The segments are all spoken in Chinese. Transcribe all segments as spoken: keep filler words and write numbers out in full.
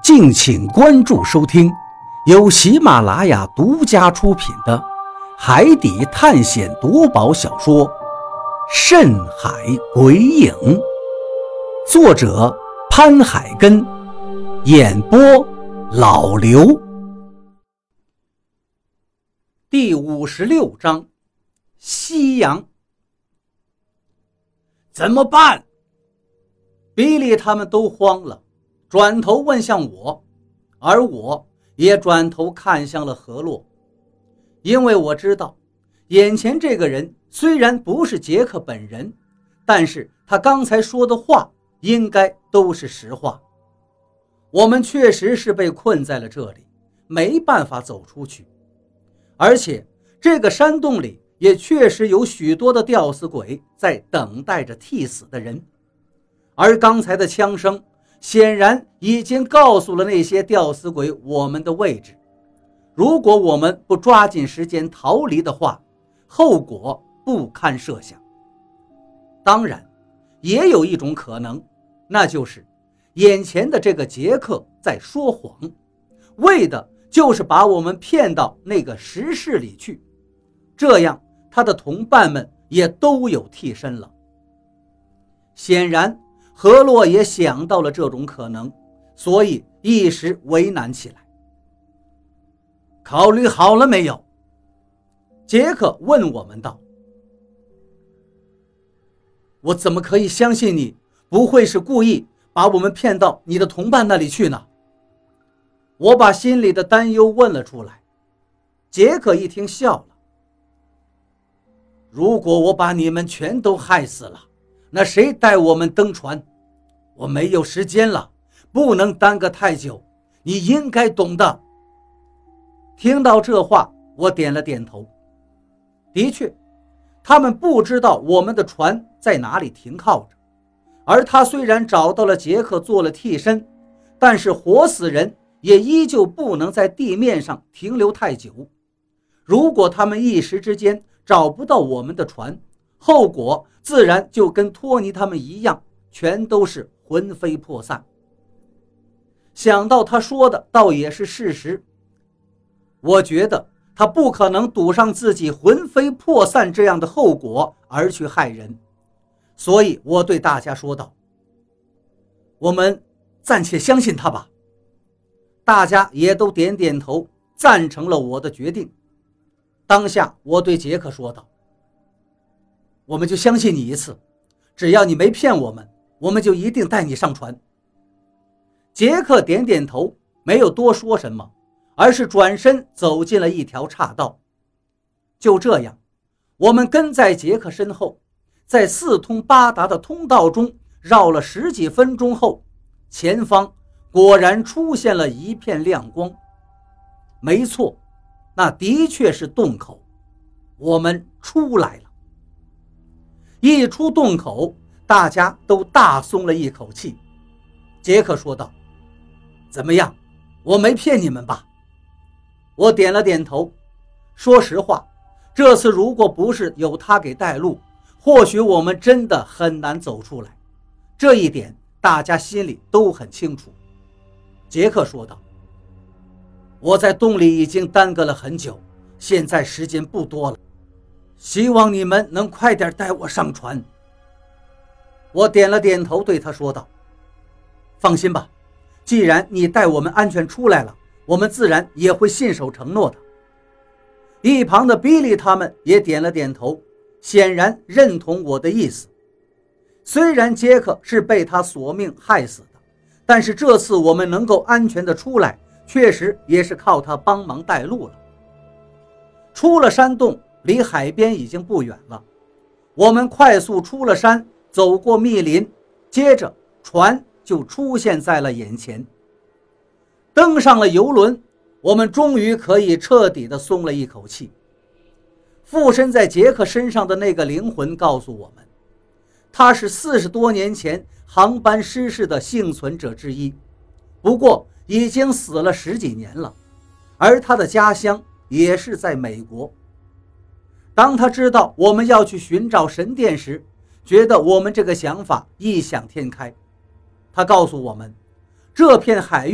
敬请关注收听，由喜马拉雅独家出品的海底探险夺宝小说《深海鬼影》，作者潘海根，演播老刘。第五十六章，夕阳。怎么办？比利他们都慌了，转头问向我，而我也转头看向了何洛。因为我知道眼前这个人虽然不是杰克本人，但是他刚才说的话应该都是实话。我们确实是被困在了这里，没办法走出去，而且这个山洞里也确实有许多的吊死鬼在等待着替死的人，而刚才的枪声显然已经告诉了那些吊死鬼我们的位置。如果我们不抓紧时间逃离的话，后果不堪设想。当然，也有一种可能，那就是眼前的这个杰克在说谎，为的就是把我们骗到那个石室里去，这样他的同伴们也都有替身了。显然何洛也想到了这种可能，所以一时为难起来。考虑好了没有？杰克问我们道。我怎么可以相信你不会是故意把我们骗到你的同伴那里去呢？我把心里的担忧问了出来。杰克一听笑了。如果我把你们全都害死了，那谁带我们登船？我没有时间了，不能耽搁太久，你应该懂的。听到这话，我点了点头。的确，他们不知道我们的船在哪里停靠着，而他虽然找到了杰克做了替身，但是活死人也依旧不能在地面上停留太久。如果他们一时之间找不到我们的船，后果自然就跟托尼他们一样，全都是魂飞魄散。想到他说的倒也是事实，我觉得他不可能赌上自己魂飞魄散这样的后果而去害人，所以我对大家说道：我们暂且相信他吧。大家也都点点头，赞成了我的决定。当下我对杰克说道：我们就相信你一次，只要你没骗我们，我们就一定带你上船。杰克点点头，没有多说什么，而是转身走进了一条岔道。就这样，我们跟在杰克身后，在四通八达的通道中绕了十几分钟后，前方果然出现了一片亮光。没错，那的确是洞口，我们出来了。一出洞口，大家都大松了一口气。杰克说道：怎么样，我没骗你们吧？我点了点头。说实话，这次如果不是有他给带路，或许我们真的很难走出来，这一点大家心里都很清楚。杰克说道：我在洞里已经耽搁了很久，现在时间不多了，希望你们能快点带我上船。我点了点头，对他说道：放心吧，既然你带我们安全出来了，我们自然也会信守承诺的。一旁的比利他们也点了点头，显然认同我的意思。虽然杰克是被他索命害死的，但是这次我们能够安全的出来，确实也是靠他帮忙带路了。出了山洞，离海边已经不远了。我们快速出了山，走过密林，接着船就出现在了眼前。登上了游轮，我们终于可以彻底地松了一口气。附身在杰克身上的那个灵魂告诉我们，他是四十多年前航班失事的幸存者之一，不过已经死了十几年了，而他的家乡也是在美国。当他知道我们要去寻找神殿时，觉得我们这个想法异想天开。他告诉我们，这片海域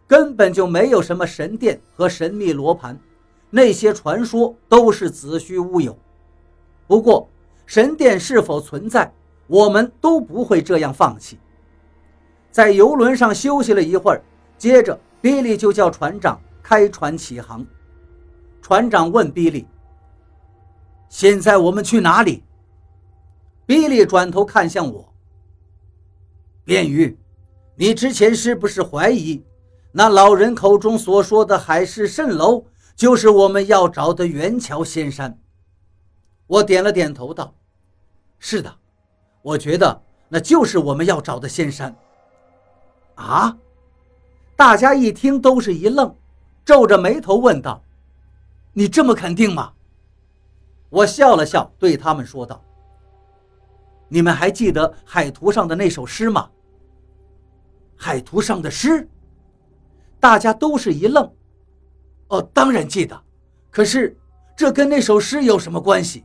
根本就没有什么神殿和神秘罗盘，那些传说都是子虚乌有。不过神殿是否存在，我们都不会这样放弃。在游轮上休息了一会儿，接着比利就叫船长开船起航。船长问比利：现在我们去哪里？比利转头看向我：便于，你之前是不是怀疑那老人口中所说的海市蜃楼就是我们要找的元桥仙山？我点了点头道：是的，我觉得那就是我们要找的仙山。啊！大家一听都是一愣，皱着眉头问道：你这么肯定吗？我笑了笑，对他们说道：你们还记得海图上的那首诗吗？海图上的诗？大家都是一愣。哦，当然记得，可是这跟那首诗有什么关系？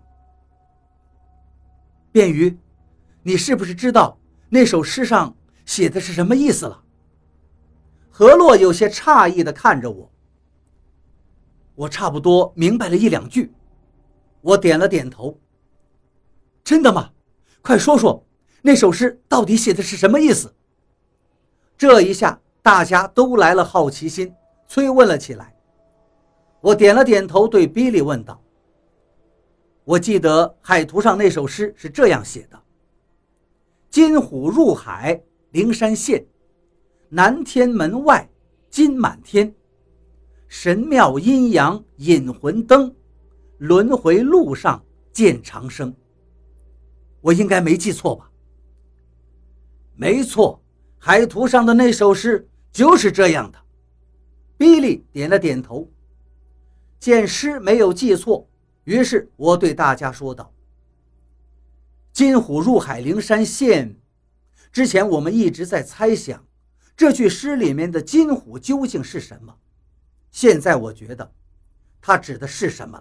便于，你是不是知道那首诗上写的是什么意思了？何洛有些诧异地看着我。我差不多明白了一两句。我点了点头。真的吗？快说说那首诗到底写的是什么意思？这一下大家都来了好奇心，催问了起来。我点了点头，对比利问道：我记得海图上那首诗是这样写的：金虎入海灵山现，南天门外金满天，神庙阴阳引魂灯，轮回路上见长生。我应该没记错吧？没错，海图上的那首诗就是这样的。比利点了点头。见诗没有记错，于是我对大家说道：金虎入海灵山现，之前我们一直在猜想这句诗里面的金虎究竟是什么，现在我觉得它指的是什么了。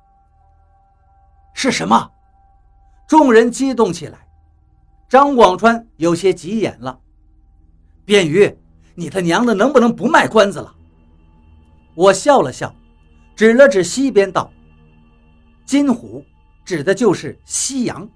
是什么？众人激动起来。张广川有些急眼了：便于，你他娘的能不能不卖关子了？我笑了笑，指了指西边道：金虎指的就是西洋。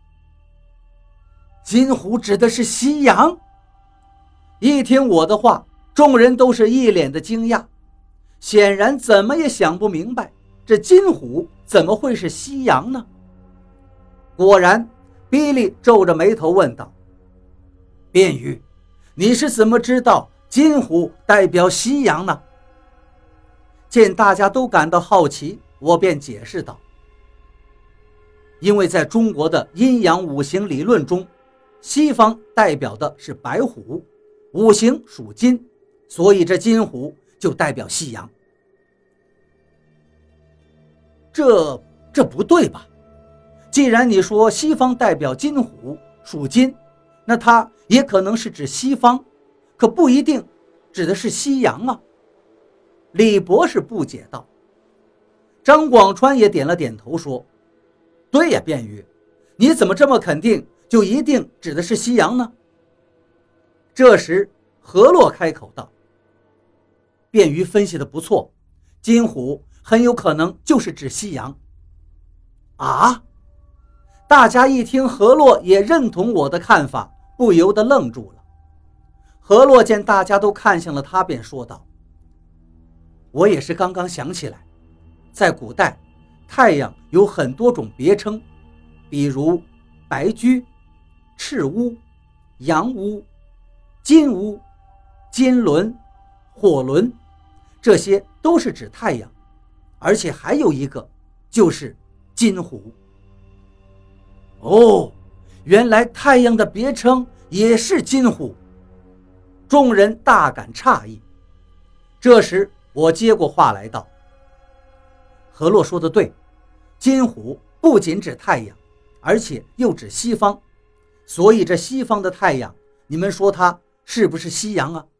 金虎指的是西洋？一听我的话，众人都是一脸的惊讶，显然怎么也想不明白，这金虎怎么会是西洋呢？果然，比利皱着眉头问道：便于，你是怎么知道金虎代表西洋呢？见大家都感到好奇，我便解释道：因为在中国的阴阳五行理论中，西方代表的是白虎，五行属金，所以这金虎就代表西洋。这这不对吧？既然你说西方代表金虎属金，那它也可能是指西方，可不一定指的是西洋啊。李博士不解道。张广川也点了点头说：对呀，便于，你怎么这么肯定就一定指的是西洋呢？这时何洛开口道：便于分析的不错，金虎很有可能就是指西洋。啊！大家一听何洛也认同我的看法，不由得愣住了。何洛见大家都看向了他，便说道：我也是刚刚想起来，在古代太阳有很多种别称，比如白驹、赤乌、阳乌、金乌、金轮、火轮，这些都是指太阳，而且还有一个就是金虎。哦，原来太阳的别称也是金虎。众人大感诧异。这时我接过话来道：何洛说的对，金虎不仅指太阳，而且又指西方，所以这西方的太阳，你们说它是不是西洋啊？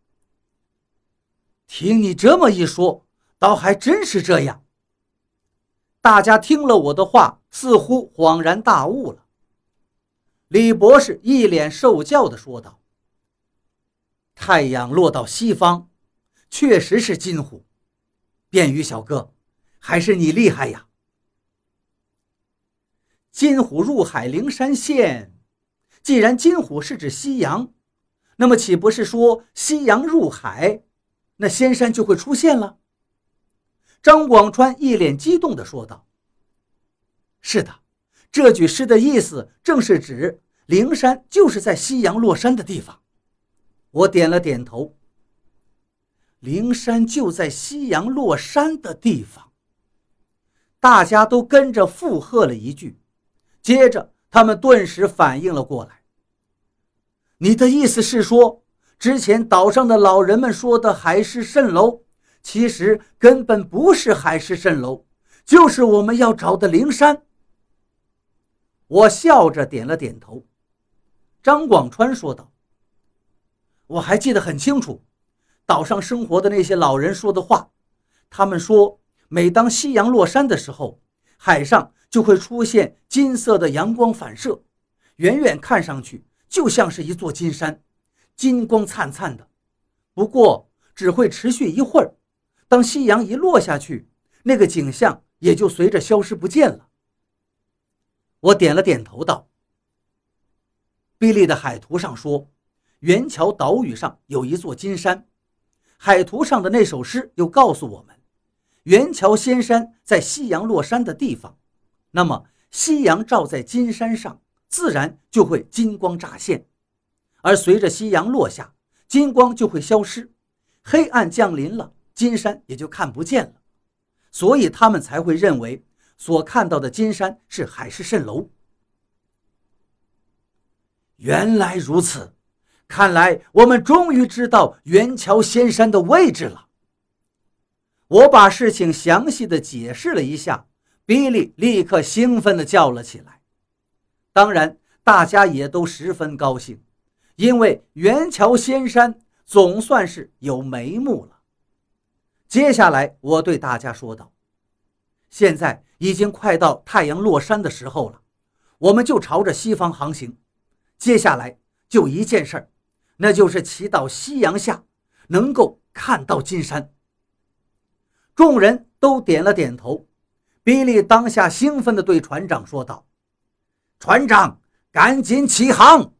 听你这么一说，倒还真是这样。大家听了我的话，似乎恍然大悟了。李博士一脸受教地说道：太阳落到西方， 确实是金虎。便于小哥，还是你厉害呀！金虎入海灵山县，既然金虎是指西洋，那么岂不是说西洋入海，那仙山就会出现了？张广川一脸激动地说道：是的，这句诗的意思正是指灵山就是在西洋落山的地方。我点了点头。灵山就在西洋落山的地方，大家都跟着附和了一句，接着他们顿时反应了过来。你的意思是说，之前岛上的老人们说的海市蜃楼，其实根本不是海市蜃楼，就是我们要找的灵山？我笑着点了点头。张广川说道：我还记得很清楚，岛上生活的那些老人说的话，他们说每当夕阳落山的时候，海上就会出现金色的阳光反射，远远看上去就像是一座金山，金光灿灿的。不过只会持续一会儿，当夕阳一落下去，那个景象也就随着消失不见了。我点了点头道：比利的海图上说，元桥岛屿上有一座金山，海图上的那首诗又告诉我们，元桥仙山在夕阳落山的地方，那么夕阳照在金山上，自然就会金光乍现，而随着夕阳落下，金光就会消失，黑暗降临了，金山也就看不见了，所以他们才会认为所看到的金山是海市蜃楼。原来如此，看来我们终于知道元桥仙山的位置了。我把事情详细的解释了一下，比利立刻兴奋地叫了起来。当然大家也都十分高兴，因为元桥仙山总算是有眉目了。接下来我对大家说道：现在已经快到太阳落山的时候了，我们就朝着西方航行。接下来就一件事儿，那就是祈祷夕阳下能够看到金山。众人都点了点头。比利当下兴奋地对船长说道：船长，赶紧起航！